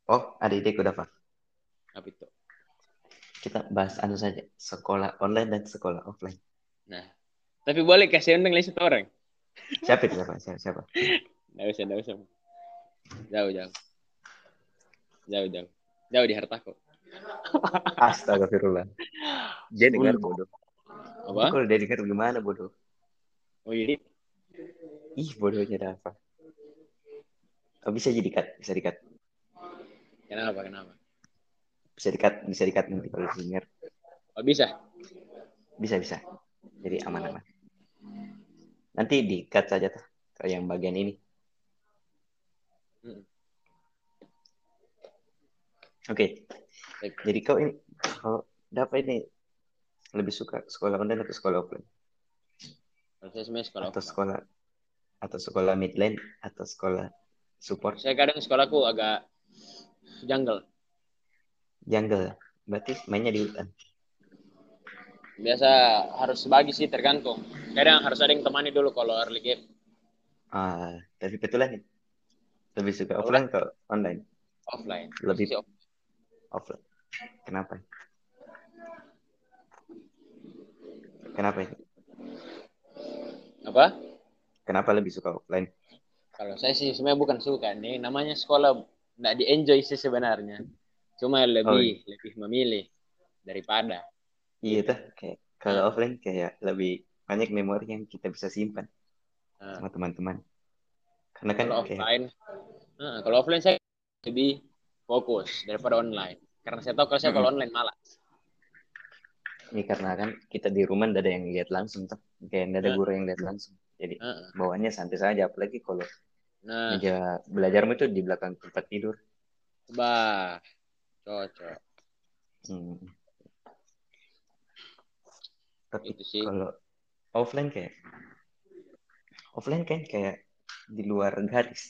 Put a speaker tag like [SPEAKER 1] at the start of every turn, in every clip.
[SPEAKER 1] Oh, ada ide udah Pak.
[SPEAKER 2] Apa itu?
[SPEAKER 1] Kita bahas anu saja, sekolah online dan sekolah offline.
[SPEAKER 2] Nah, tapi boleh kasih undang lagi satu orang.
[SPEAKER 1] Siapa itu Pak? Siapa?
[SPEAKER 2] Nggak usah. Jauh, jauh. Jauh, jauh. Jauh di hartaku.
[SPEAKER 1] Astagfirullah. Dia dengar
[SPEAKER 2] Ul,
[SPEAKER 1] bodoh. Itu
[SPEAKER 2] apa?
[SPEAKER 1] kalau dia dengar gimana bodoh?
[SPEAKER 2] Oh iya,
[SPEAKER 1] Ih, bodohnya ada apa? Oh, bisa jadi cut, bisa dikat.
[SPEAKER 2] kenapa, kenapa?
[SPEAKER 1] Bisa dikat nanti kalau dengar.
[SPEAKER 2] Oh bisa?
[SPEAKER 1] Bisa, bisa. Jadi aman-aman. Nanti di-cut saja tuh ke yang bagian ini.
[SPEAKER 2] Mm-mm.
[SPEAKER 1] Oke.
[SPEAKER 2] Baik.
[SPEAKER 1] Jadi kau ini kalau dapat ini lebih suka sekolah online atau sekolah offline?
[SPEAKER 2] Kalau saya sebenarnya sekolah
[SPEAKER 1] Atau
[SPEAKER 2] offline.
[SPEAKER 1] sekolah midland atau sekolah support
[SPEAKER 2] Saya kadang sekolahku agak jungle.
[SPEAKER 1] jungle. Berarti mainnya di hutan.
[SPEAKER 2] Biasa harus bagi sih tergantung. Kadang harus ada yang temani dulu kalau early game.
[SPEAKER 1] Tapi betulan lebih suka
[SPEAKER 2] Kalau udah
[SPEAKER 1] offline ke online.
[SPEAKER 2] offline. Posisi
[SPEAKER 1] Lebih offline. Kenapa? Kenapa ini?
[SPEAKER 2] apa?
[SPEAKER 1] Kenapa lebih suka offline?
[SPEAKER 2] Kalau saya sih sebenarnya bukan suka nih. Namanya sekolah nggak di enjoy sih sebenarnya. Cuma
[SPEAKER 1] Oh
[SPEAKER 2] lebih lebih memilih daripada
[SPEAKER 1] iya
[SPEAKER 2] gitu.
[SPEAKER 1] tuh, kayak kalau
[SPEAKER 2] Nah,
[SPEAKER 1] offline kayak lebih banyak memori yang kita bisa simpan
[SPEAKER 2] nah,
[SPEAKER 1] sama teman-teman. Karena kan
[SPEAKER 2] kalau
[SPEAKER 1] kayak
[SPEAKER 2] offline, kalau offline saya lebih fokus daripada online. Karena saya tahu kalau saya kalau
[SPEAKER 1] mm-mm.
[SPEAKER 2] online malah.
[SPEAKER 1] Ini karena kan kita di rumah nggak ada yang lihat langsung tuh, kayak nggak ada
[SPEAKER 2] Nah,
[SPEAKER 1] guru yang lihat langsung. Jadi
[SPEAKER 2] nah,
[SPEAKER 1] bawaannya santai saja, apalagi kalau
[SPEAKER 2] nah,
[SPEAKER 1] meja belajarmu itu di belakang tempat tidur.
[SPEAKER 2] bah, cocok.
[SPEAKER 1] Hmm. Tapi
[SPEAKER 2] Itu sih.
[SPEAKER 1] kalau offline kayak offline kan kayak di luar garis.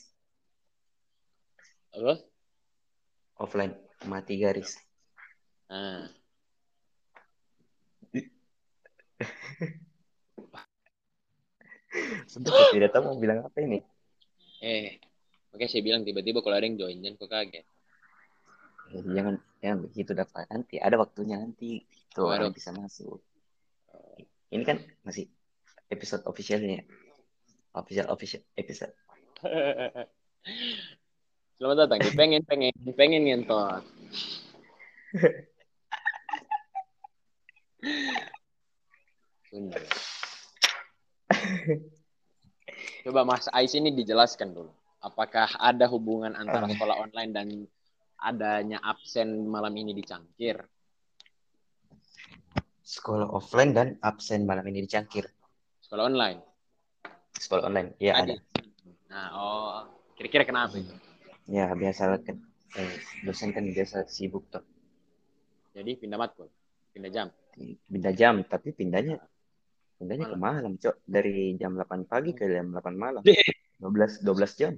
[SPEAKER 2] Apa?
[SPEAKER 1] Offline mati garis.
[SPEAKER 2] Nah,
[SPEAKER 1] Sudah saya tidak tahu mau bilang apa ini.
[SPEAKER 2] makanya saya bilang tiba-tiba kalau ada yang join, jangan kok kaget.
[SPEAKER 1] Jangan jangan begitu dapat nanti ada waktunya nanti tuh orang
[SPEAKER 2] Waduh.
[SPEAKER 1] bisa masuk. Ini kan masih episode officialnya, official official episode.
[SPEAKER 2] Selamat datang di pengen ngentot. Sunda. Coba Mas Ais ini dijelaskan dulu. Apakah ada hubungan antara
[SPEAKER 1] Ah,
[SPEAKER 2] sekolah online dan adanya absen malam ini di Cangkir?
[SPEAKER 1] sekolah offline dan absen malam ini dicangkir.
[SPEAKER 2] Sekolah online?
[SPEAKER 1] Sekolah online, ya
[SPEAKER 2] Ada.
[SPEAKER 1] ada.
[SPEAKER 2] Nah, kira-kira kenapa
[SPEAKER 1] Hmm.
[SPEAKER 2] itu?
[SPEAKER 1] Ya biasa kan, dosen kan biasa sibuk tuh.
[SPEAKER 2] Jadi pindah matkul, pindah jam.
[SPEAKER 1] Pindah jam, tapi pindahnya
[SPEAKER 2] Nah,
[SPEAKER 1] pindahnya ke
[SPEAKER 2] malam.
[SPEAKER 1] malam, Cok. Dari jam 8 pagi ke jam 8 malam. 12 jam.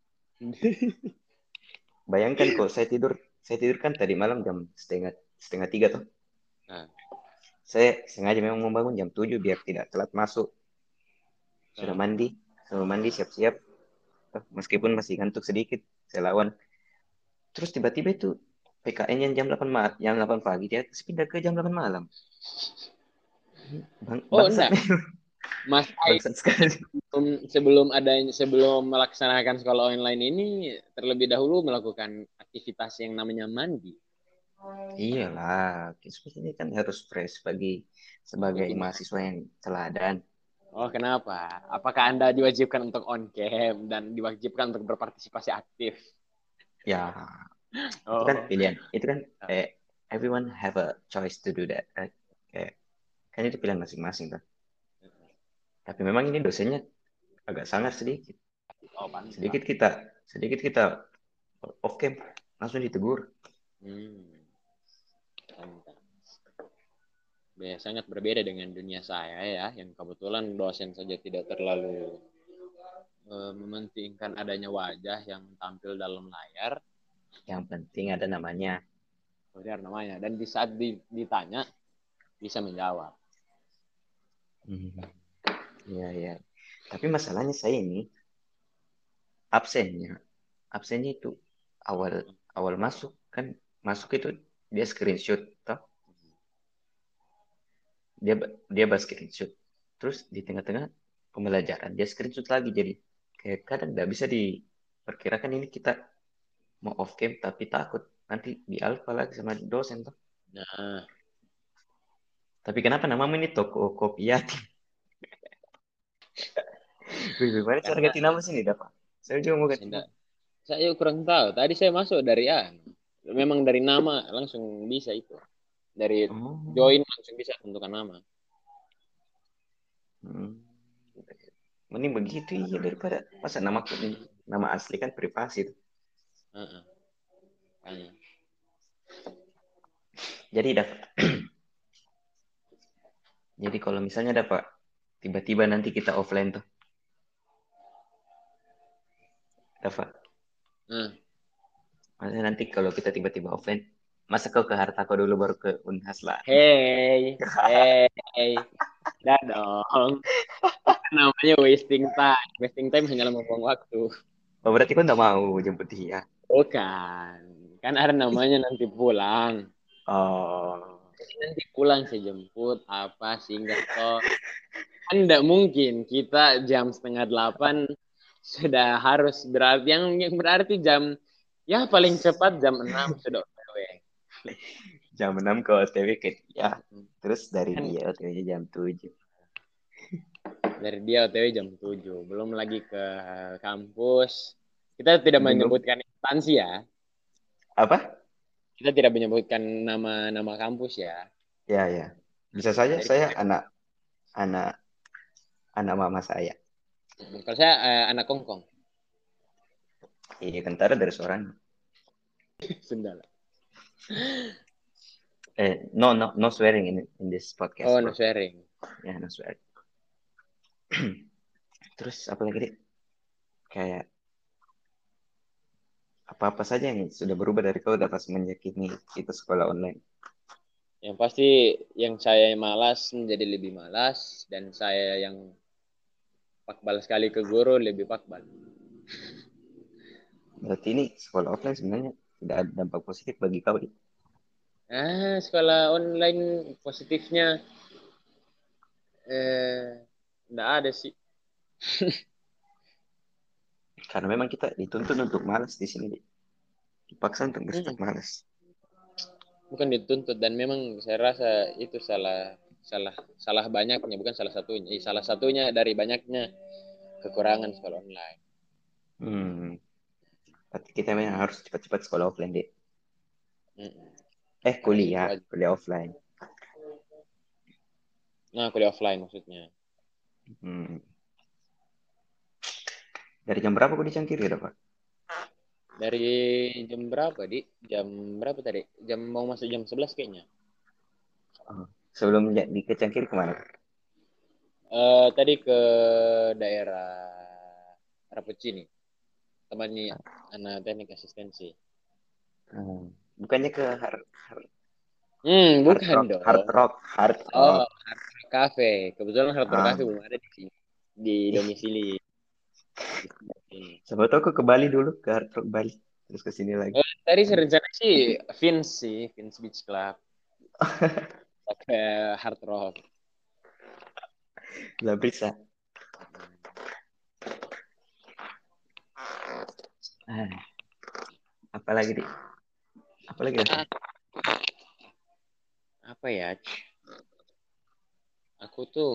[SPEAKER 1] Bayangkan kok saya tidur kan tadi malam jam setengah setengah tiga tuh.
[SPEAKER 2] Nah,
[SPEAKER 1] Saya sengaja memang membangun jam 7 biar tidak telat masuk. Sudah
[SPEAKER 2] nah.
[SPEAKER 1] mandi, sudah mandi siap-siap. Meskipun masih ngantuk sedikit, saya lawan. Terus tiba-tiba itu PKN yang jam 8 pagi dia terus pindah ke jam 8 malam.
[SPEAKER 2] Oh,
[SPEAKER 1] Bangsat
[SPEAKER 2] enggak.
[SPEAKER 1] nih,
[SPEAKER 2] Mas Ais
[SPEAKER 1] bangsat sekali.
[SPEAKER 2] sebelum melaksanakan sekolah online ini terlebih dahulu melakukan aktivitas yang namanya mandi.
[SPEAKER 1] Iyalah, ini kan harus fresh bagi
[SPEAKER 2] Oh,
[SPEAKER 1] sebagai
[SPEAKER 2] bagaimana?
[SPEAKER 1] mahasiswa yang teladan.
[SPEAKER 2] Oh, kenapa? Apakah Anda diwajibkan untuk on cam dan diwajibkan untuk berpartisipasi aktif?
[SPEAKER 1] Ya, itu kan
[SPEAKER 2] Oh,
[SPEAKER 1] pilihan. Itu kan everyone have a choice to do that, right? Kayak, kan itu pilihan masing-masing kan. Tapi memang ini dosennya agak sangar sedikit.
[SPEAKER 2] oh pantas.
[SPEAKER 1] Sedikit kita, sedikit kita off cam langsung ditegur.
[SPEAKER 2] Hmm, pantas. Sangat berbeda dengan dunia saya ya, yang kebetulan dosen saja tidak terlalu mementingkan adanya wajah yang tampil dalam layar.
[SPEAKER 1] Yang penting ada namanya.
[SPEAKER 2] Benar namanya. Dan di saat ditanya bisa menjawab.
[SPEAKER 1] Hmm, iya, iya. Tapi masalahnya saya ini absennya, absennya itu awal awal masuk kan, masuk itu dia screenshot toh, dia dia bahas screenshot, terus di tengah-tengah pembelajaran dia screenshot lagi, jadi kayak kadang nggak bisa diperkirakan ini kita mau off cam tapi takut nanti di alpha lagi sama dosen toh.
[SPEAKER 2] Nah,
[SPEAKER 1] Tapi kenapa namamu ini toko kopiati? Wih, gimana cara
[SPEAKER 2] karena
[SPEAKER 1] ganti nama sini dapat? Saya juga mau ganti
[SPEAKER 2] saya,
[SPEAKER 1] nama.
[SPEAKER 2] saya kurang tahu. Tadi saya masuk dari memang dari nama langsung bisa itu. Dari
[SPEAKER 1] Oh.
[SPEAKER 2] join langsung bisa tentukan nama.
[SPEAKER 1] Hmm. Mending begitu iya daripada masa nama asli kan privasi tuh.
[SPEAKER 2] Heeh. Tanya.
[SPEAKER 1] Jadi dapat. Jadi kalau misalnya dapat tiba-tiba nanti kita offline tuh, dapat.
[SPEAKER 2] Nah,
[SPEAKER 1] Masa nanti kalau kita tiba-tiba offline, masa kau ke Hartako dulu baru ke Unhas lah.
[SPEAKER 2] hey, hey, dah dong. Itu namanya wasting time. Wasting time hanyalah membuang waktu.
[SPEAKER 1] Oh, berarti kau nggak mau jemput dia.
[SPEAKER 2] Bukan. Kan ada namanya nanti pulang.
[SPEAKER 1] Oh.
[SPEAKER 2] Jadi nanti pulang saya jemput apa singgah kok. Kan tidak mungkin kita jam 7:30 sudah harus berarti yang berarti ya paling cepat jam 6 sudah OTW.
[SPEAKER 1] Jam 6 ke OTW ke dia. Terus dari
[SPEAKER 2] Kan
[SPEAKER 1] dia OTW-nya jam 7.
[SPEAKER 2] dari dia OTW jam 7. Belum lagi ke kampus. Kita tidak
[SPEAKER 1] Belum.
[SPEAKER 2] menyebutkan instansi ya.
[SPEAKER 1] Apa?
[SPEAKER 2] Kita tidak menyebutkan nama-nama kampus ya.
[SPEAKER 1] Ya, ya. Bisa saja
[SPEAKER 2] Jadi
[SPEAKER 1] saya anak anak mama saya.
[SPEAKER 2] kalau saya anak Kongkong.
[SPEAKER 1] Iya, kentara dari suaranya.
[SPEAKER 2] Sunda.
[SPEAKER 1] No, no, no swearing in this podcast,
[SPEAKER 2] Oh, no
[SPEAKER 1] bro.
[SPEAKER 2] sharing.
[SPEAKER 1] Ya, no swearing. Terus apa lagi, Dik? Kayak apa-apa saja yang sudah berubah dari kau dapat semenjak ini itu sekolah online.
[SPEAKER 2] Yang pasti yang saya malas menjadi lebih malas dan saya yang pakbal sekali ke guru lebih pakbal.
[SPEAKER 1] Berarti ini sekolah offline sebenarnya tidak ada dampak positif bagi kau, Dik.
[SPEAKER 2] Sekolah online positifnya enggak ada sih.
[SPEAKER 1] Karena memang kita dituntut untuk malas di sini, Dik. Dipaksa untuk bersikap
[SPEAKER 2] Hmm,
[SPEAKER 1] malas.
[SPEAKER 2] bukan dituntut dan memang saya rasa itu salah salah salah banyaknya bukan salah satunya. Salah satunya dari banyaknya kekurangan sekolah online.
[SPEAKER 1] Hmm. Berarti kita memang harus cepat-cepat sekolah offline, Dik.
[SPEAKER 2] Hmm, harus itu
[SPEAKER 1] Kuliah,
[SPEAKER 2] aja.
[SPEAKER 1] kuliah offline.
[SPEAKER 2] Nah, kuliah offline maksudnya.
[SPEAKER 1] Hmm. Dari jam berapa kau di Cangkiri, ya, Pak?
[SPEAKER 2] Dari jam berapa, Di? Jam berapa tadi? Mau masuk jam 11 kayaknya.
[SPEAKER 1] Oh. Sebelum di ke Cangkiri kemana?
[SPEAKER 2] Tadi ke daerah Rapocini, temani anak teknik asistensi.
[SPEAKER 1] Hmm. Bukannya ke Hard
[SPEAKER 2] Bukan
[SPEAKER 1] Rock, Hard
[SPEAKER 2] dong.
[SPEAKER 1] Rock, Hard
[SPEAKER 2] Oh,
[SPEAKER 1] Rock.
[SPEAKER 2] Hard Rock Cafe. Kebetulan Hard Rock
[SPEAKER 1] Ah.
[SPEAKER 2] Cafe belum ada di sini, di domisili di sini.
[SPEAKER 1] Siapa tahu aku ke Bali dulu, ke Hard Rock Bali. Terus ke sini lagi.
[SPEAKER 2] Tadi rencana sih Vince Beach Club, ke Hard Rock.
[SPEAKER 1] Nggak bisa. Ah, apalagi, Dik? Apalagi,
[SPEAKER 2] Ah,
[SPEAKER 1] Dafa?
[SPEAKER 2] apa ya? Aku tuh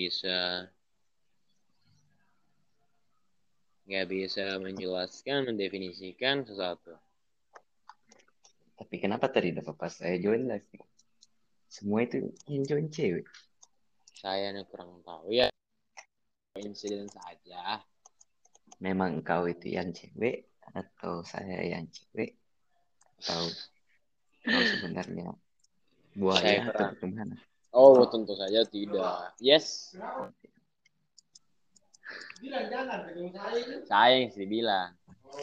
[SPEAKER 2] nggak bisa menjelaskan, mendefinisikan sesuatu.
[SPEAKER 1] Tapi kenapa tadi Dafa pas saya join live? Semua itu yang join cewek.
[SPEAKER 2] Saya kurang tahu ya, insiden saja.
[SPEAKER 1] Memang kau itu yang cewek atau saya yang cewek atau kau sebenarnya buaya
[SPEAKER 2] Saya
[SPEAKER 1] atau
[SPEAKER 2] kurang.
[SPEAKER 1] bagaimana?
[SPEAKER 2] Oh, tentu saja tidak. Yes, saya yang sih bilang.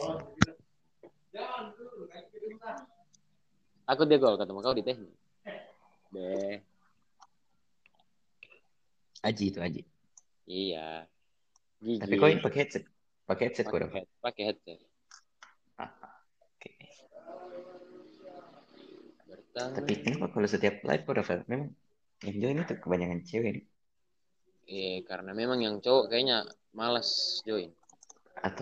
[SPEAKER 2] Aku dia gol ketemu kau di teknik. Deh,
[SPEAKER 1] Aji itu Aji.
[SPEAKER 2] iya.
[SPEAKER 1] Tapi kau
[SPEAKER 2] Gigi
[SPEAKER 1] yang pakai headset kau Dafa?
[SPEAKER 2] pakai headset.
[SPEAKER 1] Ah, oke.
[SPEAKER 2] Pertama.
[SPEAKER 1] Tapi kenapa kalau setiap live pada memang yang join itu kebanyakan cewek nih?
[SPEAKER 2] Karena memang yang cowok kayaknya malas join.
[SPEAKER 1] Atau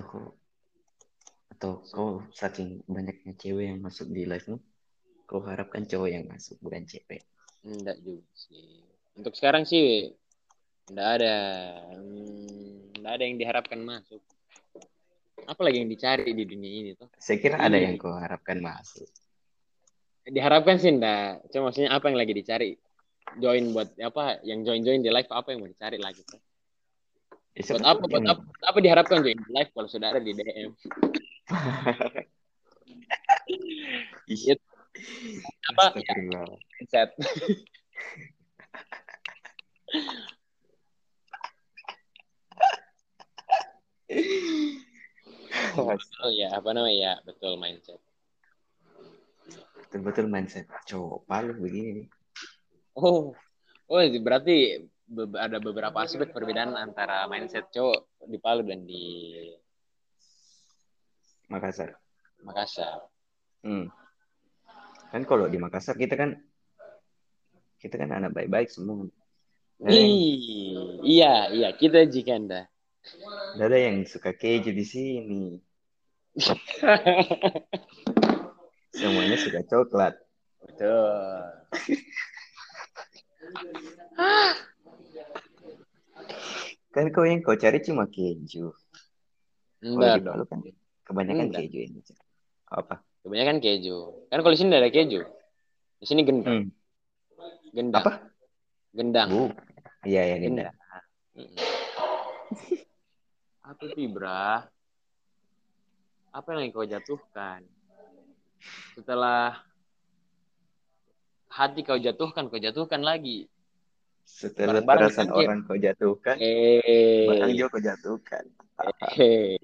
[SPEAKER 1] kau saking banyaknya cewek yang masuk di live-mu, kau harapkan cowok yang masuk bukan cewek?
[SPEAKER 2] Enggak juga sih. Untuk sekarang sih enggak ada. Enggak ada yang diharapkan masuk. Apa lagi yang dicari di dunia ini tuh?
[SPEAKER 1] Saya kira ada yang
[SPEAKER 2] Iri.
[SPEAKER 1] kau harapkan masuk.
[SPEAKER 2] Diharapkan sih enggak. Cuma maksudnya apa yang lagi dicari? Join buat apa? Yang join-join di live apa yang mau dicari lagi tuh?
[SPEAKER 1] Ya,
[SPEAKER 2] Buat
[SPEAKER 1] siapa
[SPEAKER 2] apa?
[SPEAKER 1] tahu dia
[SPEAKER 2] Buat apa? Buat apa diharapkan join di live kalau sudah ada di DM?
[SPEAKER 1] Ih,
[SPEAKER 2] Itu apa? Ya,
[SPEAKER 1] astagfirullah.
[SPEAKER 2] mindset. Oh ya, apa namanya ya? Betul mindset.
[SPEAKER 1] Betul-betul mindset cowok palu begini nih.
[SPEAKER 2] Oh, oh berarti ada beberapa aspek perbedaan antara mindset cowok di Palu dan di
[SPEAKER 1] Makassar.
[SPEAKER 2] Makassar.
[SPEAKER 1] Hmm. Kan kalau di Makassar kita kan anak baik-baik semua. Nggak ada yang
[SPEAKER 2] Iya, iya, kita jikanda.
[SPEAKER 1] nggak ada yang suka keju di sini. Semuanya suka coklat.
[SPEAKER 2] Betul.
[SPEAKER 1] Kan kau cari cuma keju. Kalau
[SPEAKER 2] Enggak
[SPEAKER 1] di
[SPEAKER 2] dong.
[SPEAKER 1] Palu kan kebanyakan
[SPEAKER 2] Enggak.
[SPEAKER 1] keju ini. Apa?
[SPEAKER 2] Kebanyakan keju. Kan kalau di sini nggak ada keju. Di sini gendang.
[SPEAKER 1] Hmm.
[SPEAKER 2] Gendang.
[SPEAKER 1] Apa?
[SPEAKER 2] Gendang.
[SPEAKER 1] Bu. Iya ya Ginda.
[SPEAKER 2] Gendang. Mm-mm. Apa sih, Bra? Apa yang kau jatuhkan? Setelah hati kau jatuhkan lagi.
[SPEAKER 1] Setelah
[SPEAKER 2] Barang-barang
[SPEAKER 1] perasaan
[SPEAKER 2] canggih.
[SPEAKER 1] orang kau jatuhkan, barang
[SPEAKER 2] Eh,
[SPEAKER 1] juga kau jatuhkan.
[SPEAKER 2] eh.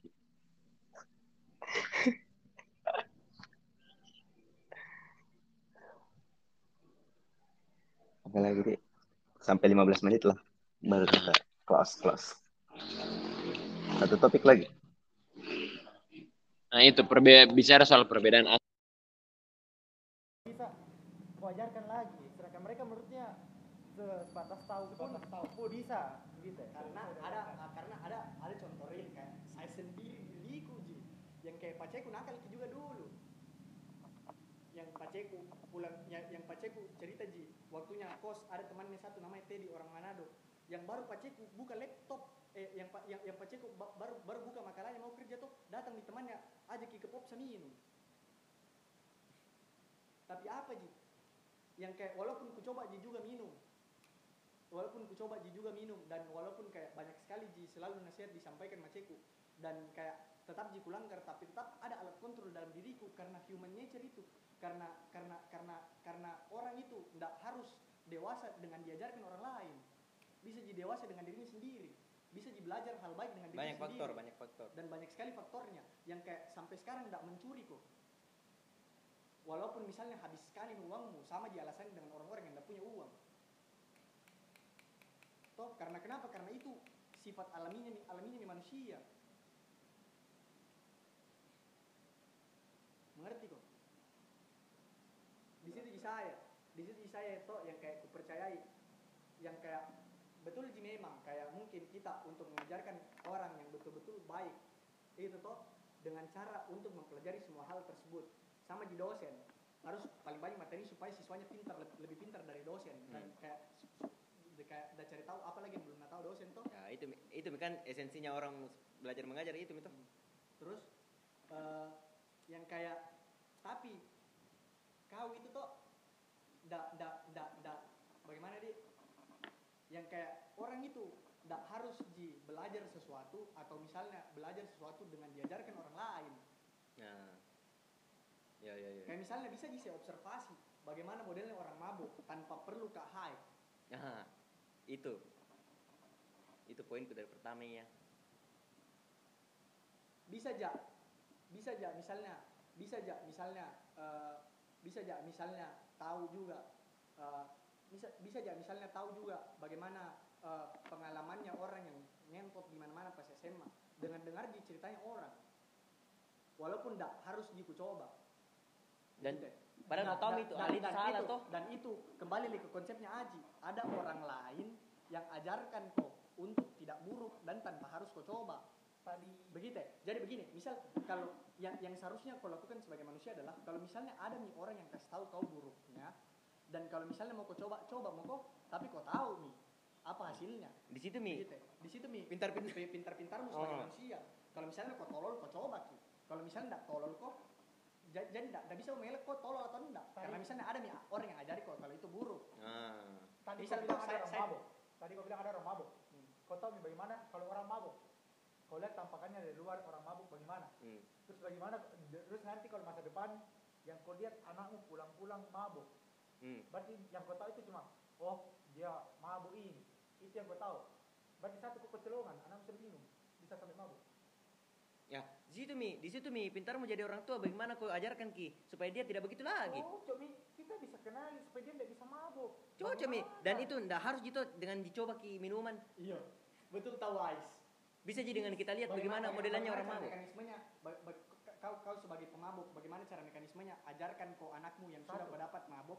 [SPEAKER 1] Apalagi deh. Sampai 15 menit lah. Baru kita close. Satu topik lagi.
[SPEAKER 2] Nah itu bicara soal perbedaan
[SPEAKER 3] bisa wajarkan lagi, sedangkan mereka menurutnya sebatas tahu pun bisa gitu ya. Karena ada contoh real kayak saya sendiri diriku ji yang kayak paceku nakal juga dulu, yang paceku pulang yang paceku cerita ji waktunya kos ada temannya satu namanya Teddy orang Manado yang baru paceku buka laptop yang paceku baru buka makalahnya mau kerja tuh datang di temannya ajak ke pop minum. Tapi apa ji yang kayak walaupun ku coba ji juga minum dan walaupun kayak banyak sekali ji selalu nasihat disampaikan maceku dan kayak tetap ji kulanggar tapi tetap ada alat kontrol dalam diriku karena human nature itu karena orang itu tidak harus dewasa dengan diajarkan orang lain, bisa ji dewasa dengan dirinya sendiri, bisa ji belajar hal baik dengan dirinya sendiri. Banyak faktor dan banyak sekali faktornya yang kayak sampai sekarang tidak mencuri kok. Walaupun misalnya habiskan uangmu sama di alasan dengan orang-orang yang tidak punya uang. Toh karena kenapa? Karena itu sifat alaminya nih manusia. Mengerti kok? Di situ saya toh yang kayak kupercayai, yang kayak betul sih memang kayak mungkin kita untuk mengajarkan orang yang betul-betul baik itu toh dengan cara untuk mempelajari semua hal tersebut. Sama di dosen harus paling banyak materi supaya siswanya lebih pintar dari dosen. Kayak udah cari tahu apa lagi yang belum tahu dosen toh
[SPEAKER 4] ya itu kan esensinya orang belajar mengajar itu
[SPEAKER 3] terus yang kayak tapi kau itu toh bagaimana di yang kayak orang itu tidak harus belajar sesuatu atau misalnya belajar sesuatu dengan diajarkan orang lain.
[SPEAKER 4] Nah, ya.
[SPEAKER 3] Kayak misalnya bisa saya observasi bagaimana modelnya orang mabuk tanpa perlu ke hype.
[SPEAKER 4] Nah, itu poinku dari pertama ya.
[SPEAKER 3] Bisa aja misalnya tahu juga bagaimana pengalamannya orang yang ngentot di mana-mana pas SMA dengan dengar di ceritanya orang walaupun tidak harus coba
[SPEAKER 4] Dan Padahal kau tahu itu, Ali itu salah toh.
[SPEAKER 3] Dan itu kembali lagi ke konsepnya Aji. Ada orang lain yang ajarkan kau untuk tidak buruk dan tanpa harus kau coba. Tadi begitu. Jadi begini, misal kalau yang seharusnya kau lakukan sebagai manusia adalah kalau misalnya ada nih orang yang kasih tahu kau buruknya, dan kalau misalnya mau kau coba mau kau, tapi kau tahu nih apa hasilnya.
[SPEAKER 4] Di situ Mi.
[SPEAKER 3] Begitu. Di situ Mi.
[SPEAKER 4] Pintar-pintarmu
[SPEAKER 3] sebagai manusia. Kalau misalnya kau tolol, kau coba ki. Kalau misalnya tidak tolol kau, jadi tidak bisa mengelak kau tolol atau enggak. Karena misalnya ada nih orang yang ajari kau kalau itu buruk.
[SPEAKER 5] Tadi
[SPEAKER 3] Misal
[SPEAKER 5] kau bilang ada
[SPEAKER 3] saya-
[SPEAKER 5] orang mabuk. Tadi kau bilang ada orang mabuk. Kau tahu nih bagaimana kalau orang mabuk? Kau lihat tampakannya dari luar orang mabuk bagaimana? Terus bagaimana? Terus nanti kalau masa depan yang kau lihat anakmu pulang-pulang mabuk. Berarti yang kau tahu itu cuma, oh dia mabuk ini. Itu yang kau tahu. Berarti satu kau kecelongan, anakmu sering minum, bisa sampai mabuk.
[SPEAKER 4] Ya, di situ Mi, pintarmu jadi orang tua bagaimana kau ajarkan Ki supaya dia tidak begitu lagi.
[SPEAKER 5] Oh, Comi, kita bisa kenali supaya dia tidak bisa mabuk.
[SPEAKER 4] Cocok Mi, dan itu ndak harus gitu dengan dicoba Ki minuman.
[SPEAKER 3] Iya. Betul tahu Ais.
[SPEAKER 4] Bisa jadi dengan kita lihat bagaimana modelannya orang
[SPEAKER 3] cara
[SPEAKER 4] mabuk.
[SPEAKER 3] Mekanismenya, kau sebagai pemabuk, bagaimana cara mekanismenya? Ajarkan kau anakmu yang sudah kau dapat mabuk.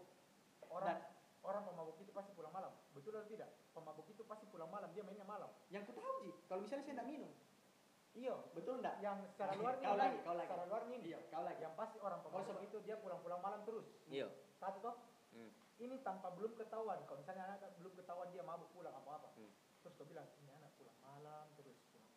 [SPEAKER 5] Orang pemabuk itu pasti pulang malam. Betul atau tidak? Pemabuk itu pasti pulang malam, dia mainnya malam.
[SPEAKER 3] Yang ku tahu Ji, kalau misalnya saya tidak minum.
[SPEAKER 5] Iya,
[SPEAKER 3] Betul enggak?
[SPEAKER 5] yang secara luarnya
[SPEAKER 3] Kau lagi.
[SPEAKER 5] secara luarnya ini.
[SPEAKER 3] Iya, kau lagi.
[SPEAKER 5] Yang pasti orang pemabuk itu dia pulang-pulang malam terus.
[SPEAKER 4] Iya.
[SPEAKER 5] Satu toh. Ini tanpa belum ketahuan. Kalau misalnya anak belum ketahuan dia mabuk pulang apa-apa. Terus kau bilang ini anak pulang malam terus.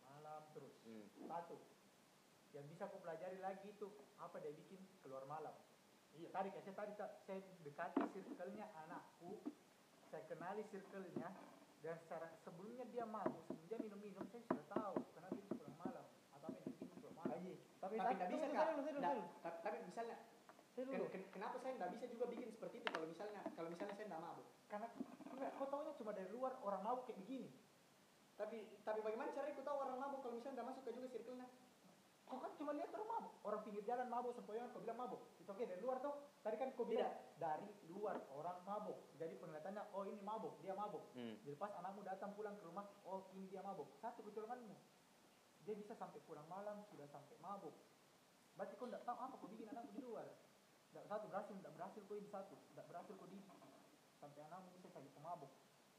[SPEAKER 5] Satu. Yang bisa kau pelajari lagi itu apa dia bikin keluar malam. Iya. Tadi saya dekati circle-nya anakku. Saya kenali circle-nya dan secara sebelumnya dia mabuk, sebelum dia minum-minum saya sudah tahu karena dia pulang malam atau apa yang bikin keluar malam.
[SPEAKER 3] Tapi tidak bisa Kak. Tapi misalnya kenapa saya tidak bisa juga bikin seperti itu kalau misalnya saya tidak mabuk?
[SPEAKER 5] Karena kau taunya cuma dari luar orang mabuk kayak begini.
[SPEAKER 3] Tapi bagaimana caranya aku tahu orang mabuk kalau misalnya tidak masuk ke juga circle-nya?
[SPEAKER 5] Kau kan cuma lihat orang mabuk, orang pinggir jalan mabuk sempoyongan kau bilang mabuk. Itu oke dari luar tuh. Tadi kan kau bilang dari luar orang mabuk. Jadi penglihatannya oh ini mabuk, dia mabuk. Jadi pas anakmu datang pulang ke rumah, oh ini dia mabuk. Satu kecolonganmu. Dia bisa sampai pulang malam sudah sampai mabuk. Berarti kau tidak tahu apa kau bikin anakmu di luar. Tidak berhasil kau ini satu, tidak berhasil kau didik sampai anakmu bisa jadi pemabuk.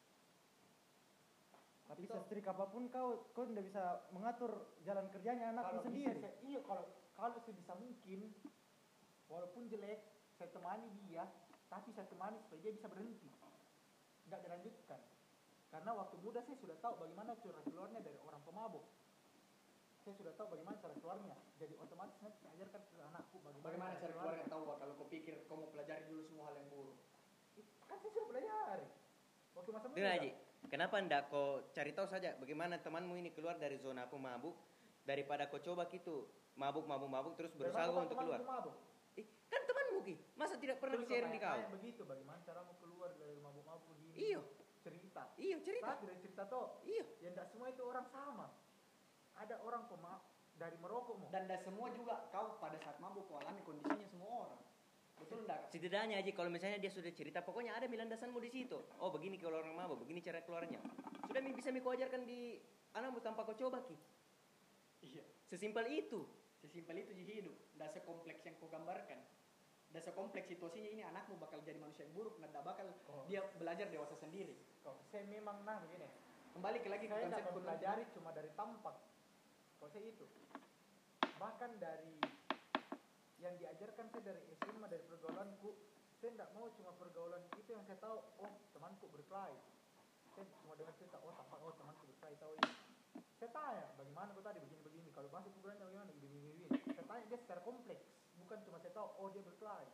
[SPEAKER 6] Tapi sestrik apapun kau tidak bisa mengatur jalan kerjanya anakmu sendiri.
[SPEAKER 5] Iya, kalau sebisa mungkin walaupun jelek saya temani dia, tapi saya temani supaya dia bisa berhenti, nggak dilanjutkan. Karena waktu muda saya sudah tahu bagaimana cara keluarnya dari orang pemabuk. Saya sudah tahu bagaimana cara keluarnya. Jadi otomatis nanti saya ajarkan ke anakku
[SPEAKER 3] Bagaimana cara keluarnya tahu kalau kau pikir kau mau pelajari dulu semua hal yang buruk.
[SPEAKER 5] Kan saya sudah pelajari. Waktu masa muda.
[SPEAKER 4] Dengar Haji, kenapa ndak kau cari tahu saja bagaimana temanmu ini keluar dari zona pemabuk daripada kau coba gitu mabuk terus berusaha kau untuk keluar. Kan temanmu Ki, masa tidak pernah sharing di kau?
[SPEAKER 5] Begitu, bagaimana caramu keluar dari mabuk-mabuk begini?
[SPEAKER 4] Iya.
[SPEAKER 5] Cerita.
[SPEAKER 4] Cerita.
[SPEAKER 5] Dari cerita toh.
[SPEAKER 4] Iya.
[SPEAKER 5] Ya tidak semua itu orang sama. Ada orang dari merokok mau.
[SPEAKER 3] Dan tidak semua juga kau pada saat mabuk kau alami kondisinya semua orang. Betul enggak?
[SPEAKER 4] Setidaknya Haji kalau misalnya dia sudah cerita pokoknya ada landasanmu di situ. Oh begini kalau orang mabuk, begini cara keluarnya. Sudah bisa kau ajarkan di anakmu tanpa kau coba Ki.
[SPEAKER 3] Iya.
[SPEAKER 4] Sesimpel itu
[SPEAKER 3] Ji hidup. Tidak sekompleks yang kau gambarkan. Tidak sekompleks situasinya ini anakmu bakal jadi manusia yang buruk. Tidak bakal dia belajar dewasa sendiri.
[SPEAKER 5] Saya memang begini.
[SPEAKER 3] Kembali lagi ke
[SPEAKER 5] saya
[SPEAKER 3] konsep
[SPEAKER 5] dapat pelajari cuma dari tampak. Kalau saya itu. Bahkan dari yang diajarkan saya dari SMA, dari pergaulanku, saya tidak mau cuma pergaulan itu yang saya tahu, oh temanku berkelahi. Saya cuma dengar cerita, oh temanku berkelahi, tahu ini. Saya tanya, bagaimana kau tadi begini-begini, kalau masuk kuburannya bagaimana, begini-begini. Saya tanya dia secara kompleks, bukan cuma saya tahu, oh dia berkelahi.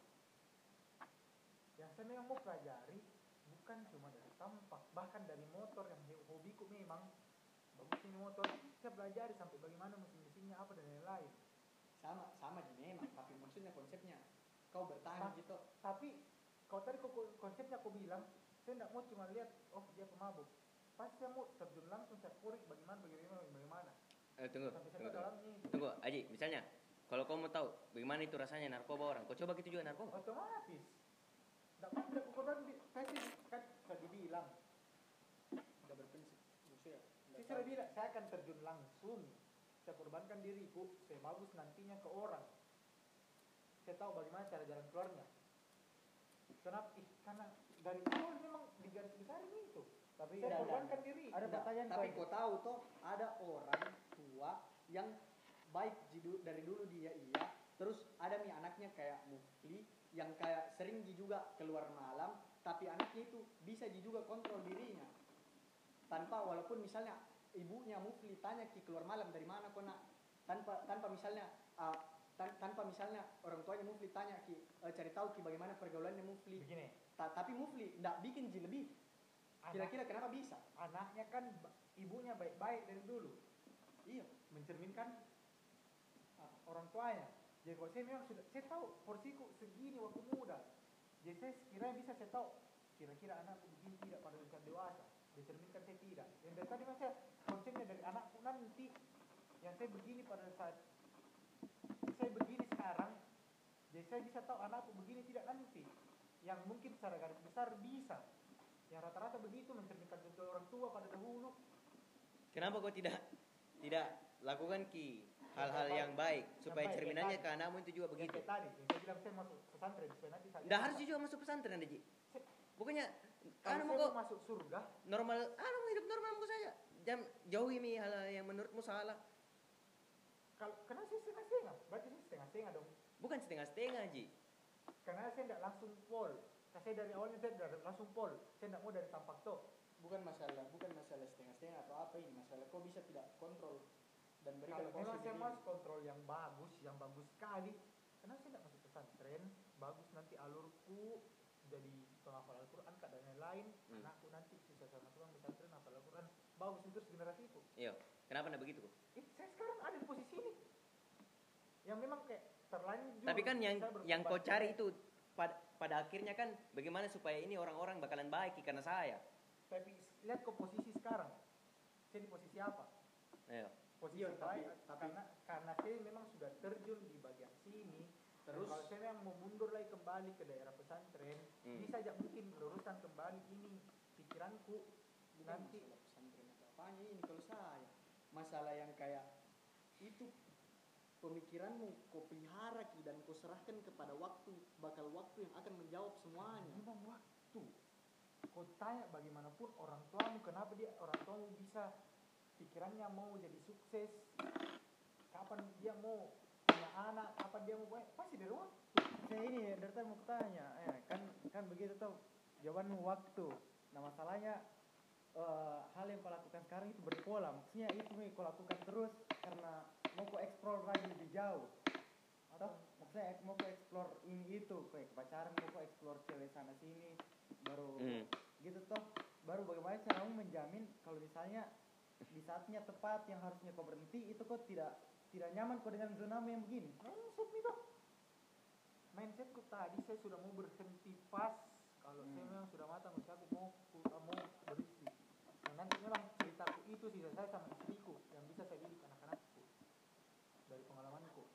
[SPEAKER 5] Yang saya memang mau pelajari, bukan cuma dari tampak, bahkan dari motor yang hobiku memang, bagus ini motor, saya pelajari sampai bagaimana mesin-mesinnya apa dan lain-lain.
[SPEAKER 3] Sama Ji memang, tapi maksudnya konsepnya kau bertahan gitu.
[SPEAKER 5] Tapi kalau tadi konsepnya aku bilang, saya tidak mau cuma lihat, oh dia pemabuk. Pasti saya mau terjun langsung, saya kurik bagaimana.
[SPEAKER 4] Tunggu, Haji, misalnya kalau kau mau tahu bagaimana itu rasanya narkoba orang, kau coba gitu juga narkoba.
[SPEAKER 5] Otomatis. Tidak mau korban, pasti kan sudah dibilang.
[SPEAKER 3] Sudah berprinsip.
[SPEAKER 5] Saya sudah bilang, saya akan terjun langsung. Saya korbankan diriku, saya bagus nantinya ke orang. Saya tahu bagaimana cara jalan keluarnya. Kenapa? Karena dari awal memang digaris besar itu.
[SPEAKER 6] Tapi
[SPEAKER 5] Saya
[SPEAKER 3] Tidak,
[SPEAKER 5] korbankan
[SPEAKER 3] tidak.
[SPEAKER 5] diri.
[SPEAKER 6] ada
[SPEAKER 3] Tidak,
[SPEAKER 6] pertanyaan
[SPEAKER 3] tapi
[SPEAKER 6] Pak.
[SPEAKER 3] kau tahu toh ada orang tua yang baik dari dulu dia iya, terus ada nih anaknya kayak Mufli yang kayak sering juga keluar malam, tapi anaknya itu bisa juga kontrol dirinya tanpa, walaupun misalnya ibunya Mufli tanya ki keluar malam dari mana kau nak, tanpa misalnya tanpa misalnya orang tuanya Mufli tanya ki cari tahu ki bagaimana pergaulannya Mufli.
[SPEAKER 5] Begini,
[SPEAKER 3] Tapi Mufli ndak bikin ji lebih. Kira-kira kenapa bisa?
[SPEAKER 5] anaknya kan ibunya baik-baik dari dulu.
[SPEAKER 3] Iya.
[SPEAKER 5] Mencerminkan orang tuanya. Jadi kalau saya memang sudah, saya tahu porsiku segini waktu muda. Jadi saya sekiranya bisa saya tahu kira-kira anakku begini tidak pada usia dewasa. Dicerminkan saya tidak. Yang dari tadi saya konsepnya dari anakku nanti yang saya begini pada saat saya begini sekarang. Jadi saya bisa tahu anakku begini tidak nanti. Yang mungkin secara garis besar bisa. Yang rata-rata begitu mencerminkan contoh orang tua pada dahulu.
[SPEAKER 4] Kenapa kau tidak lakukan ki hal-hal yang baik supaya
[SPEAKER 5] baik,
[SPEAKER 4] cerminannya
[SPEAKER 5] yang
[SPEAKER 4] ke anakmu itu juga begitu?
[SPEAKER 5] Kayak tadi, yang saya bilang saya masuk pesantren supaya nanti saya.
[SPEAKER 4] Nggak harus juga masuk pesantren Ji. Bukannya
[SPEAKER 5] Kalau
[SPEAKER 4] mau
[SPEAKER 5] saya
[SPEAKER 4] kok
[SPEAKER 5] masuk surga,
[SPEAKER 4] normal, mau hidup normal mau saja. Jangan jauhi mi hal yang menurutmu salah.
[SPEAKER 5] kalau karena saya setengah-setengah, berarti saya setengah-setengah dong.
[SPEAKER 4] Bukan setengah-setengah Ji.
[SPEAKER 5] Karena saya tidak langsung pol. Saya dari awalnya saya tidak langsung pol. Saya tidak mau dari tampak toh.
[SPEAKER 3] bukan masalah setengah-setengah atau apa, ini masalah kau bisa tidak kontrol dan berikan
[SPEAKER 5] Kalau memang
[SPEAKER 3] porsi
[SPEAKER 5] saya
[SPEAKER 3] diri.
[SPEAKER 5] mau kontrol yang bagus sekali. Karena saya tidak masuk pesantren, bagus nanti alurku jadi penghafal Al-Quran dan lain-lain. Anakku nanti sisa sama Tuhan pesantren hafal Al-Quran, bagus untuk generasiku.
[SPEAKER 4] Iya. Kenapa enggak begitu?
[SPEAKER 5] Saya sekarang ada di posisi ini. Yang memang kayak terlanjur.
[SPEAKER 4] Tapi kan yang
[SPEAKER 5] saya
[SPEAKER 4] kau cari itu pada akhirnya kan bagaimana supaya ini orang-orang bakalan baik karena saya.
[SPEAKER 5] Tapi lihat ke posisi sekarang. Saya di posisi apa?
[SPEAKER 4] Ayo.
[SPEAKER 5] Posisi
[SPEAKER 3] Iya, tapi-
[SPEAKER 5] baik karena saya memang sudah terjun di bagian sini.
[SPEAKER 3] Terus?
[SPEAKER 5] Kalau saya memang mau mundur lagi kembali ke daerah pesantren, bisa aja mungkin luruskan kembali ini pikiranku.
[SPEAKER 3] Bukan
[SPEAKER 5] Nanti
[SPEAKER 3] masalah pesantren atau apanya ini kalau saya. Masalah yang kayak itu pemikiranmu kau pelihara ki dan kau serahkan kepada waktu yang akan menjawab semuanya.
[SPEAKER 5] memang waktu. Kau tanya bagaimanapun orang tuamu, kenapa orang tuamu bisa pikirannya mau jadi sukses, kapan dia mau punya anak, kapan dia mau pasti dari waktu.
[SPEAKER 6] Saya ini dari tadi mau tanya, kan begitu tuh jawabanmu waktu. Nah masalahnya hal yang kau lakukan sekarang itu berpola. Maksudnya itu nih kau lakukan terus karena mau kau explore lagi lebih jauh. Atau maksudnya mau kau explore ini itu kayak pacaran, mau kau explore cewek sana sini, baru gitu toh. Baru bagaimana caramu menjamin kalau misalnya di saatnya tepat yang harusnya kau berhenti itu kau tidak nyaman kau dengan zonamu yang begini.
[SPEAKER 5] Mindset nih toh. Mindsetku tadi saya sudah mau berhenti pas kalau saya memang sudah matang usia aku mau beristri. Nah, nanti memang ceritaku itu sisa saya sama istriku yang bisa saya didik anak-anakku dari pengalamanku.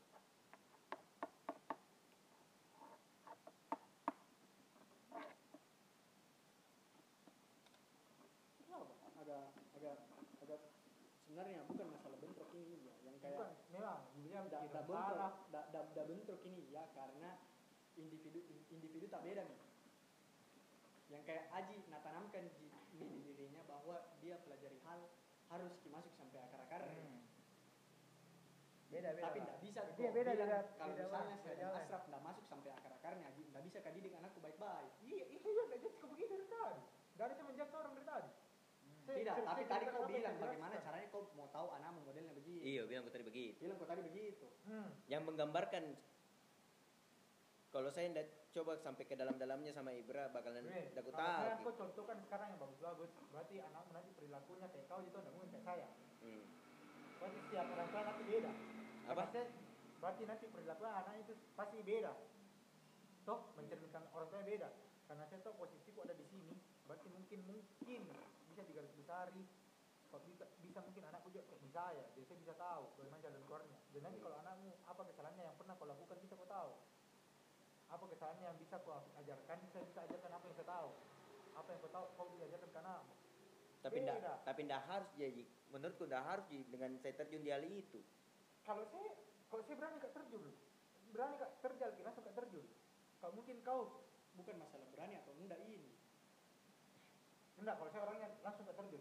[SPEAKER 3] Agak sebenarnya bukan masalah bentrok ini ya, yang kayak
[SPEAKER 5] Bukan, memang dia
[SPEAKER 3] da bentrok ini ya karena individu tak beda nih. Yang kayak Aji natanamkan di dirinya bahwa dia pelajari hal harus masuk sampai akar-akarnya.
[SPEAKER 6] Beda.
[SPEAKER 3] Tapi tidak bisa kok
[SPEAKER 6] Dia beda
[SPEAKER 3] bilang
[SPEAKER 6] beda.
[SPEAKER 3] kalau
[SPEAKER 6] beda
[SPEAKER 3] misalnya
[SPEAKER 6] beda
[SPEAKER 3] saya dan
[SPEAKER 6] jalan.
[SPEAKER 3] Asraf tidak masuk sampai akar-akarnya, tidak bisa kau didik anakku baik-baik.
[SPEAKER 5] Iya, itu juga nggak jadi begitu dari tadi. Gak ada yang menjadi orang dari tadi.
[SPEAKER 3] Tidak, tapi tadi kau bilang
[SPEAKER 5] bagaimana
[SPEAKER 3] bagaimana caranya kau mau tahu anakmu modelnya begitu.
[SPEAKER 4] Iya, bilang kau tadi begitu.
[SPEAKER 3] Bilang kau tadi begitu.
[SPEAKER 4] Yang menggambarkan kalau saya ndak coba sampai ke dalam-dalamnya sama Ibra bakalan ndak
[SPEAKER 5] Kalau
[SPEAKER 4] tahu.
[SPEAKER 5] saya kau contohkan sekarang yang bagus-bagus, berarti anakmu nanti perilakunya kayak kau itu tidak mungkin kayak saya. Berarti setiap orang tua nanti beda.
[SPEAKER 4] Apa?
[SPEAKER 5] Berarti nanti perilaku anak itu pasti beda. Toh mencerminkan orang tua beda. Karena saya tahu posisiku ada di sini, berarti mungkin bisa digaris besari. Kalau bisa mungkin anakku juga kayak saya, jadi saya bisa tahu bagaimana jalan keluarnya. Dan nanti kalau anakmu apa kesalahannya yang pernah kau lakukan bisa kau tahu. Apa kesalahannya yang bisa kau ajarkan, saya bisa ajarkan apa yang saya tahu. Apa yang kau tahu kau bisa ajarkan ke anakmu.
[SPEAKER 4] Tapi ndak harus jadi. Menurutku ndak harus jadi dengan saya terjun di hal itu.
[SPEAKER 5] Kalau saya berani gak terjun, berani gak terjal, langsung gak terjun. Kalau mungkin kau
[SPEAKER 3] bukan masalah berani atau enggak ini.
[SPEAKER 5] Enggak, kalau saya orangnya langsung tak terjun.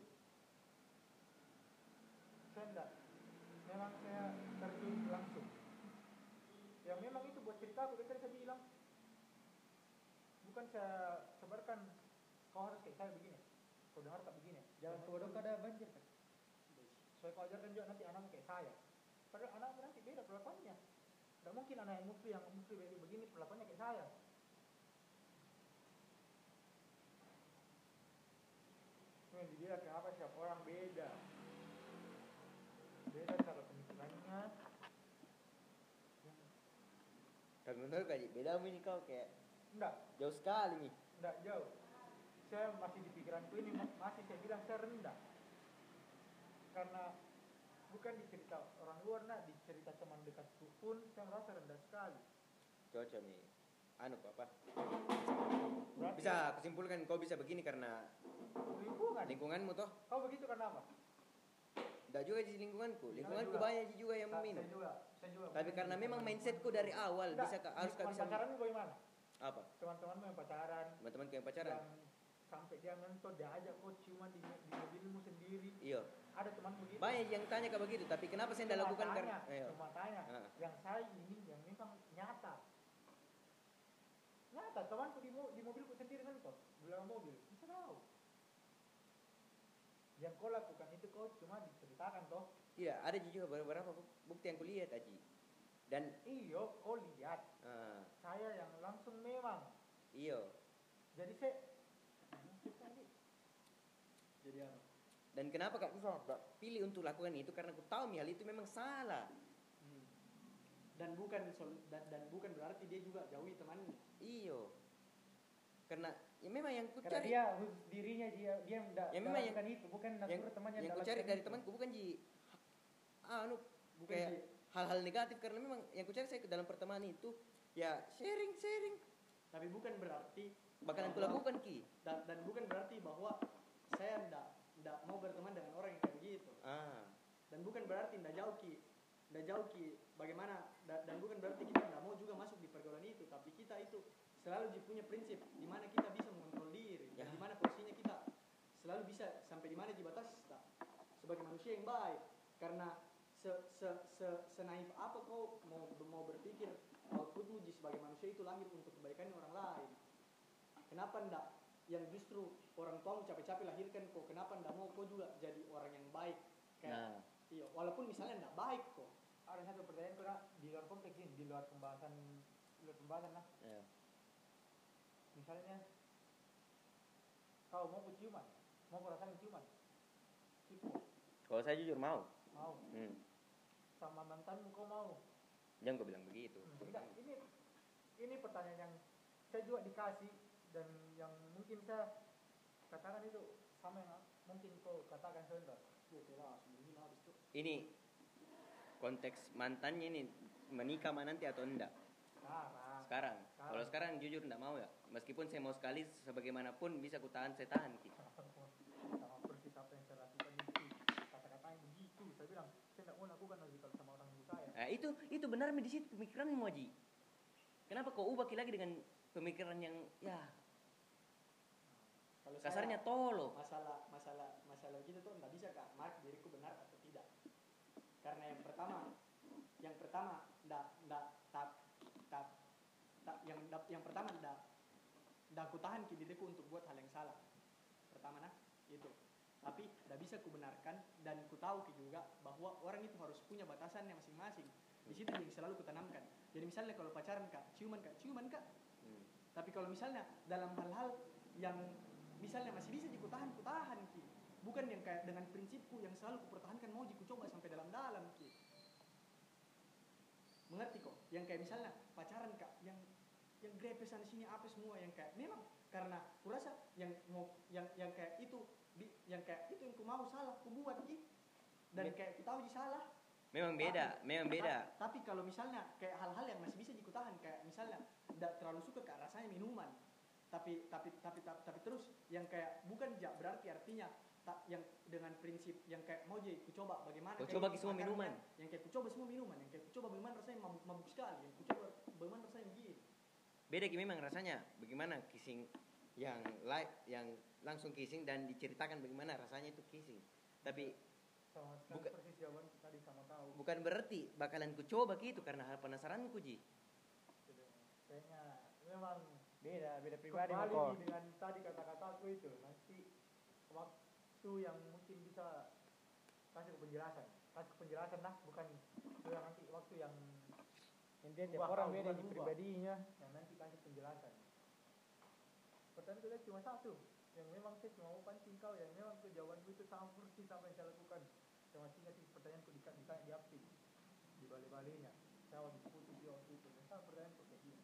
[SPEAKER 5] Saya enggak. Memang saya terjun langsung. Ya memang itu buat cerita aku tadi saya bilang. Bukan saya sebarkan kau harus kayak saya begini. Kau dengar tak begini.
[SPEAKER 6] Jangan bodoh ada banjir kan.
[SPEAKER 5] Saya kau ajarkan juga nanti anakmu kayak saya. Padahal anakmu nanti beda perlakuannya. Tidak mungkin anak yang muslim begini perlakuannya kayak saya. Ini dia kenapa setiap orang beda. Beda cara pemikirannya.
[SPEAKER 4] Tapi menurut kaji beda ini kau kayak
[SPEAKER 5] Enggak,
[SPEAKER 4] jauh sekali nih.
[SPEAKER 5] enggak jauh. Saya masih di pikiranku ini masih saya bilang saya rendah. Karena bukan dicerita orang luar, nah dicerita teman dekatku pun saya merasa rendah sekali.
[SPEAKER 4] Cocok nih. Anu apa?
[SPEAKER 5] Berarti
[SPEAKER 4] Bisa kusimpulkan kau bisa begini karena lingkunganmu toh?
[SPEAKER 5] Kau begitu karena apa?
[SPEAKER 4] Tidak juga di lingkunganku. Lingkunganku
[SPEAKER 5] juga.
[SPEAKER 4] banyak juga yang meminum.
[SPEAKER 5] Saya juga.
[SPEAKER 4] Tapi karena memang mindsetku dari awal bisa harus
[SPEAKER 5] teman
[SPEAKER 4] bisa
[SPEAKER 5] pacaran bagaimana?
[SPEAKER 4] apa?
[SPEAKER 5] Teman-temanmu yang pacaran.
[SPEAKER 4] Teman-teman yang pacaran.
[SPEAKER 5] Yang sampai dia ngentot dia ajak kau ciuman di mobilmu sendiri.
[SPEAKER 4] Iya.
[SPEAKER 5] Ada teman begitu.
[SPEAKER 4] Banyak yang tanya kayak begitu, tapi kenapa saya tidak lakukan karena
[SPEAKER 5] Cuma tanya. Yang saya ini yang memang nyata. Nyata temanku di mobilku sendiri ngentot di belakang mobil. Bisa tahu. Yang kau lakukan itu kau cuma diceritakan toh.
[SPEAKER 4] Iya, ada juga beberapa bukti yang kulihat Aji. Dan
[SPEAKER 5] iyo kau lihat. Saya yang langsung memang.
[SPEAKER 4] Iyo.
[SPEAKER 5] Jadi saya
[SPEAKER 3] Jadi apa?
[SPEAKER 4] Dan kenapa Kak pilih untuk lakukan itu karena aku tahu hal itu memang salah.
[SPEAKER 3] Dan bukan berarti dia juga jauhi temannya.
[SPEAKER 4] Iyo. Karena ya memang yang ku
[SPEAKER 6] Karena
[SPEAKER 4] cari
[SPEAKER 6] dia khusus dirinya dia enggak
[SPEAKER 4] ya memang
[SPEAKER 6] bukan itu, bukan natur temannya
[SPEAKER 4] yang ku cari dari temanku bukan bukan kayak hal-hal negatif karena memang yang ku cari saya dalam pertemanan itu ya sharing.
[SPEAKER 3] Tapi bukan berarti
[SPEAKER 4] bakalan ku lakukan Ki.
[SPEAKER 3] Dan bukan berarti bahwa saya enggak mau berteman dengan orang yang kayak begitu. Dan bukan berarti enggak jauh Ki bagaimana dan bukan berarti kita enggak mau juga masuk di pergaulan itu, tapi kita itu selalu punya prinsip di mana kita bisa mengontrol diri dan di mana posisinya kita selalu bisa sampai di mana di batas kita sebagai manusia yang baik. Karena senaif apa kau mau berpikir outputmu sebagai manusia itu lahir untuk kebaikan orang lain. Kenapa enggak yang justru orang tuamu capek-capek lahirkan kok, kenapa enggak mau kau juga jadi orang yang baik kayak iya, walaupun misalnya enggak baik kok.
[SPEAKER 5] ada satu pertanyaan karena di luar konteks ini, di luar pembahasan lah.
[SPEAKER 4] Ya.
[SPEAKER 5] Misalnya kau mau ciuman, mau rasain ciuman. Cipu.
[SPEAKER 4] Kalau saya jujur mau.
[SPEAKER 5] Sama mantanmu kau mau?
[SPEAKER 4] Jangan kau bilang begitu.
[SPEAKER 5] Tidak, ini pertanyaan yang saya juga dikasih dan yang mungkin saya katakan itu sama yang mungkin kau katakan sebentar.
[SPEAKER 4] Ini konteks mantannya ini menikah nanti atau enggak? Sekarang. Kalau sekarang jujur enggak mau ya. Meskipun saya mau sekali sebagaimanapun bisa ku tahan, saya tahan Ki.
[SPEAKER 5] Sama persis apa yang saya lakukan itu. Kata-katanya begitu. Saya bilang saya enggak mau lakukan lagi kalau sama orang tua saya.
[SPEAKER 4] Itu benar di situ pemikiranmu Haji. Kenapa kau ubah lagi dengan pemikiran yang ya
[SPEAKER 3] Kalau
[SPEAKER 4] kasarnya tolo.
[SPEAKER 3] Masalah gitu tuh nggak bisa Kak mark diriku benar atau tidak. Karena yang pertama nggak aku tahan diriku untuk buat hal yang salah. Pertama itu. Tapi nggak bisa ku benarkan dan ku tahu juga bahwa orang itu harus punya batasannya masing-masing. Di situ yang selalu kutanamkan. Jadi misalnya kalau pacaran Kak, ciuman Kak. Tapi kalau misalnya dalam hal-hal yang misalnya masih bisa kutahan Ki. Bukan yang kayak dengan prinsipku yang selalu kupertahankan mau ku coba sampai dalam-dalam Ki. Mengerti kok? Yang kayak misalnya pacaran Kak, yang grepe sana sini apa semua yang kayak memang karena kurasa yang kayak itu yang ku mau salah ku buat Ki. Dan kayak ku tahu salah.
[SPEAKER 4] Memang beda.
[SPEAKER 3] Tapi kalau misalnya kayak hal-hal yang masih bisa dikutahan kayak misalnya tidak terlalu suka Kak rasanya minuman. Tapi terus yang kayak bukan berarti artinya yang dengan prinsip yang kayak mau ku coba bagaimana
[SPEAKER 4] kau coba semua minuman.
[SPEAKER 3] Yang kayak ku coba semua minuman, yang kayak ku coba bagaimana rasanya mabuk sekali, yang ku coba bagaimana rasanya begini.
[SPEAKER 4] Beda Ki memang rasanya. Bagaimana kissing yang live, yang langsung kissing dan diceritakan bagaimana rasanya itu kissing. Tapi
[SPEAKER 5] Sama sekali persis jawaban tadi sama kau.
[SPEAKER 4] bukan berarti bakalan ku coba gitu karena hal penasaranku Ji.
[SPEAKER 5] Kayaknya memang
[SPEAKER 6] Beda pribadi
[SPEAKER 5] kembali
[SPEAKER 6] kok.
[SPEAKER 5] nih dengan tadi kata-kataku itu, nanti waktu yang mungkin bisa kasih penjelasan lah, bukan itu yang nanti waktu yang
[SPEAKER 6] Intinya tiap orang beda di
[SPEAKER 5] berubah.
[SPEAKER 6] pribadinya.
[SPEAKER 5] Yang nanti kasih penjelasan. Pertanyaan itu cuma satu, yang memang saya cuma mau pancing kau, yang memang tuh jawabanku itu sama persis apa yang saya lakukan. Saya masih ingat itu pertanyaanku di update di balik-baliknya. Saya lagi putus dia waktu itu, dan sama pertanyaanku kayak gini.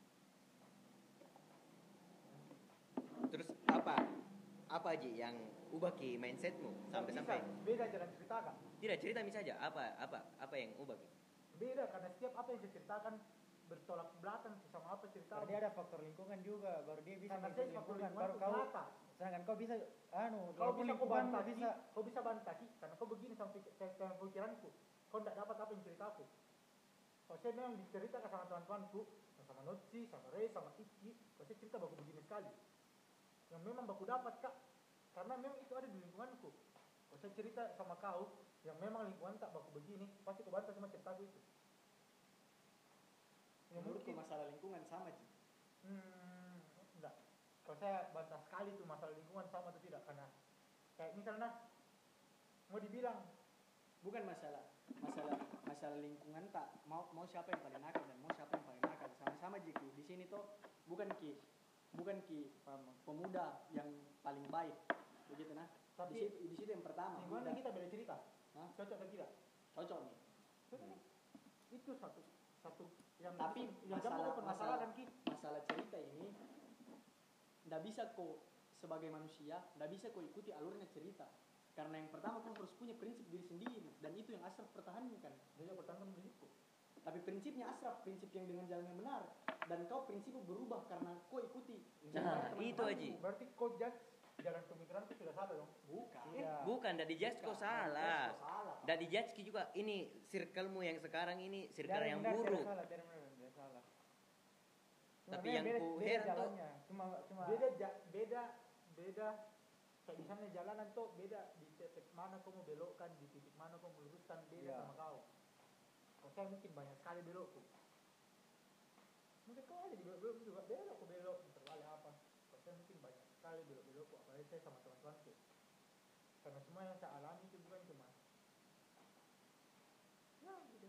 [SPEAKER 4] Terus apa Ji yang ubah Ki mindsetmu sampai-sampai?
[SPEAKER 5] Beda jalan cerita kan?
[SPEAKER 4] Tidak, cerita saja. Apa yang ubah Ki?
[SPEAKER 5] Beda karena setiap apa yang saya ceritakan bertolak belakang sama apa cerita.
[SPEAKER 6] Karena dia ada faktor lingkungan juga, baru dia bisa
[SPEAKER 5] Karena
[SPEAKER 6] ngikut
[SPEAKER 5] saya faktor
[SPEAKER 6] lingkungan,
[SPEAKER 5] lingkungan
[SPEAKER 6] baru
[SPEAKER 5] itu
[SPEAKER 6] kau
[SPEAKER 5] nyata.
[SPEAKER 6] sedangkan kau bisa
[SPEAKER 5] Kau
[SPEAKER 6] walaupun
[SPEAKER 5] bisa kau
[SPEAKER 6] lingkungan
[SPEAKER 5] bantah
[SPEAKER 6] bisa
[SPEAKER 5] kau bisa bantah Ki, karena kau begini sama pikiranku. Kau tidak dapat apa yang ceritaku. Kalau saya memang diceritakan sama teman-temanku, sama Notsi, sama Ray, sama Iki, kalau saya cerita baku begini sekali. Yang memang baku dapat Kak, karena memang itu ada di lingkunganku. Kalau saya cerita sama kau, yang memang lingkungan tak baku begini, pasti kau bantah sama ceritaku itu. Ya,
[SPEAKER 3] Menurutku
[SPEAKER 5] mungkin
[SPEAKER 3] masalah lingkungan sama Ji.
[SPEAKER 5] enggak. Kalau saya bantah sekali tuh masalah lingkungan sama atau tidak, karena kayak misalnya mau dibilang
[SPEAKER 3] Bukan masalah lingkungan tak mau siapa yang paling nakal dan mau siapa yang paling nakal, sama-sama Ji Ki. Di sini tuh bukan ki pemuda yang paling baik begitu nah.
[SPEAKER 5] Tapi
[SPEAKER 3] di situ yang pertama
[SPEAKER 5] lingkungan
[SPEAKER 3] muda.
[SPEAKER 5] kita beda cerita.
[SPEAKER 3] Hah?
[SPEAKER 5] Cocok atau tidak?
[SPEAKER 3] Cocok nih.
[SPEAKER 5] Itu satu yang
[SPEAKER 3] Tapi
[SPEAKER 5] yang jamu permasalahan Ki.
[SPEAKER 3] masalah cerita ini ndak bisa kok sebagai manusia ndak bisa kok ikuti alurnya cerita, karena yang pertama kau harus punya prinsip diri sendiri dan itu yang Ashraf pertahankan.
[SPEAKER 5] Dia pertahankan prinsipku.
[SPEAKER 3] Tapi prinsipnya Ashraf prinsip yang dengan jalan yang benar, dan kau prinsipmu berubah karena kau ikuti
[SPEAKER 4] Nah, itu Aji.
[SPEAKER 5] Berarti kau judge jalan pemikiranku sudah salah dong.
[SPEAKER 3] bukan.
[SPEAKER 4] Bukan, ndak dijudge kok salah.
[SPEAKER 3] Salah.
[SPEAKER 4] Ndak dijudge Ki juga. Ini circlemu yang sekarang ini circle
[SPEAKER 6] Dari
[SPEAKER 4] yang
[SPEAKER 6] benar,
[SPEAKER 4] buruk.
[SPEAKER 6] tidak salah, dari benar, tidak salah. Cuma
[SPEAKER 4] Tapi
[SPEAKER 6] memang
[SPEAKER 4] yang ku
[SPEAKER 6] beda
[SPEAKER 4] heran tuh
[SPEAKER 6] jalannya. Cuma
[SPEAKER 5] Beda kayak misalnya jalanan tuh beda di titik mana kau mau belokkan, di titik mana kau mau luruskan, beda
[SPEAKER 6] Iya.
[SPEAKER 5] sama kau. Kalau saya mungkin banyak sekali belokku. Mungkin kau ada di belok juga beda kau belok terbalik apa. Kalau saya mungkin banyak sekali belokku, apalagi saya sama teman-temanku. Karena semua yang saya alami itu bukan cuma ya gitu.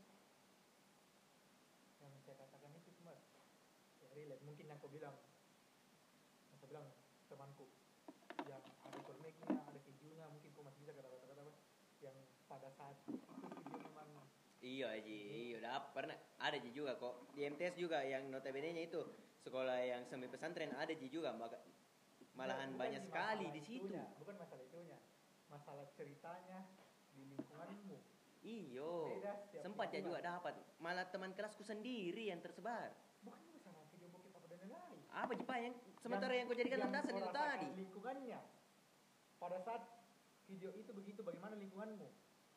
[SPEAKER 5] Yang saya katakan itu cuma ya relate. Mungkin yang kau bilang, yang saya bilang temanku yang ada korneknya, ada kejunya, mungkin kau masih bisa kata-kata apa yang pada saat itu video memang
[SPEAKER 4] Iya Aji, iya udah pernah ada Ji juga kok di MTS juga yang notabene-nya itu sekolah yang semi pesantren ada Ji juga malahan
[SPEAKER 5] bukan
[SPEAKER 4] banyak
[SPEAKER 5] di
[SPEAKER 4] sekali
[SPEAKER 5] masalah
[SPEAKER 4] di situ.
[SPEAKER 5] itunya, bukan masalah itunya, masalah ceritanya di lingkunganmu.
[SPEAKER 4] Iyo,
[SPEAKER 5] Beda setiap
[SPEAKER 4] sempat ya juga
[SPEAKER 5] lingkungan.
[SPEAKER 4] dapat malah teman kelasku sendiri yang tersebar.
[SPEAKER 5] Bukan masalah video bokep apa dan lain-lain.
[SPEAKER 4] Apa Jipa yang sementara yang kau jadikan landasan
[SPEAKER 5] kau
[SPEAKER 4] itu
[SPEAKER 5] rasakan
[SPEAKER 4] tadi?
[SPEAKER 5] lingkungannya pada saat video itu begitu, bagaimana lingkunganmu?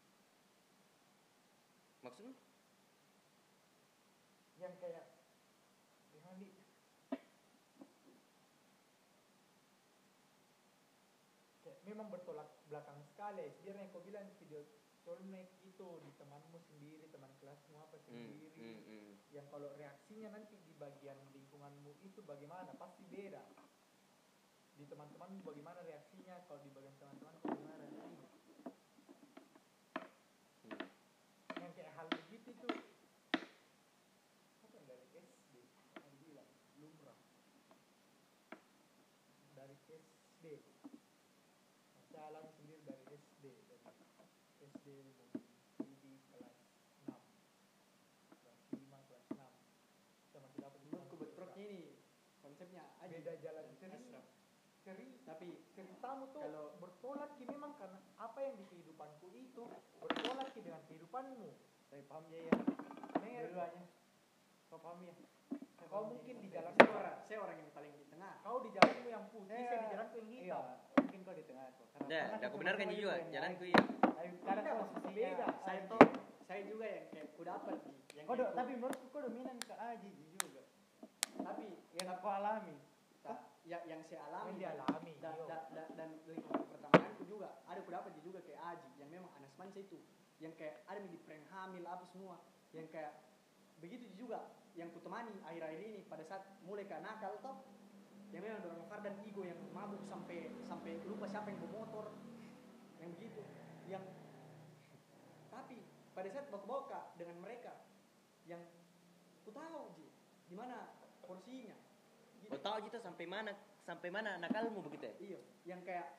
[SPEAKER 4] Maksudnya?
[SPEAKER 5] Yang kayak gimana nih? Kayak memang bertolak belakang sekali. Sebenarnya kau bilang video colmek itu di temanmu sendiri, teman kelasmu apa sendiri. Yang kalau reaksinya nanti di bagian lingkunganmu itu bagaimana? Pasti beda. Di teman-temanmu bagaimana reaksinya? Kalau di bagian teman-temanku bagaimana reaksinya? Yang kayak hal begitu tuh apa dari SD yang bilang lumrah dari SD saya alami sendiri dari SD mungkin di kelas 6 kelas 5 kelas 6 saya masih dapat
[SPEAKER 3] Menurutku bentroknya ini konsepnya aja
[SPEAKER 5] beda jalan
[SPEAKER 3] Ashraf.
[SPEAKER 5] tapi ceritamu tuh
[SPEAKER 3] kalau-
[SPEAKER 5] bertolak ki memang karena apa yang di kehidupanku itu bertolak ki dengan kehidupanmu.
[SPEAKER 6] Saya paham ya ya.
[SPEAKER 5] Mer,
[SPEAKER 6] Dua-duanya. Kau paham ya? Saya
[SPEAKER 5] kau
[SPEAKER 6] paham
[SPEAKER 5] mungkin
[SPEAKER 6] ya.
[SPEAKER 5] di jalan
[SPEAKER 3] Saya orang yang paling di tengah.
[SPEAKER 5] kau di jalanmu yang putih, saya di jalanku yang
[SPEAKER 6] Iya,
[SPEAKER 5] hitam.
[SPEAKER 6] mungkin kau di tengah kok. Karena
[SPEAKER 4] Dah,
[SPEAKER 6] karena
[SPEAKER 4] dah aku
[SPEAKER 6] kau
[SPEAKER 4] benarkan
[SPEAKER 6] sama
[SPEAKER 4] juga
[SPEAKER 6] yang
[SPEAKER 4] jalanku
[SPEAKER 6] lain.
[SPEAKER 4] iya.
[SPEAKER 6] Tapi kadang
[SPEAKER 5] Tidak,
[SPEAKER 6] kau
[SPEAKER 5] maksudnya
[SPEAKER 6] sisinya
[SPEAKER 5] beda.
[SPEAKER 3] Saya juga yang kayak ku dapat yang
[SPEAKER 6] Kau
[SPEAKER 3] kayak
[SPEAKER 6] tapi menurutku kau dominan ke Aji juga.
[SPEAKER 3] tapi
[SPEAKER 6] yang aku alami
[SPEAKER 3] yang saya alami
[SPEAKER 5] Yang dialami,
[SPEAKER 3] dan
[SPEAKER 5] yo.
[SPEAKER 3] dan lingkungan pertemananku juga ada aku dapat juga kayak Aji yang memang anak manca itu yang kayak ada yang di prank hamil apa semua yang kayak begitu juga yang kutemani akhir-akhir ini pada saat mulai ke nakal toh yang memang dorong Far dan Igo yang mabuk sampai lupa siapa yang bawa motor yang begitu yang tapi pada saat baku-baku dengan mereka yang ku tahu Ji di mana porsinya gitu.
[SPEAKER 4] Kau tahu gitu sampai mana nakalmu begitu ya?
[SPEAKER 3] Iya yang kayak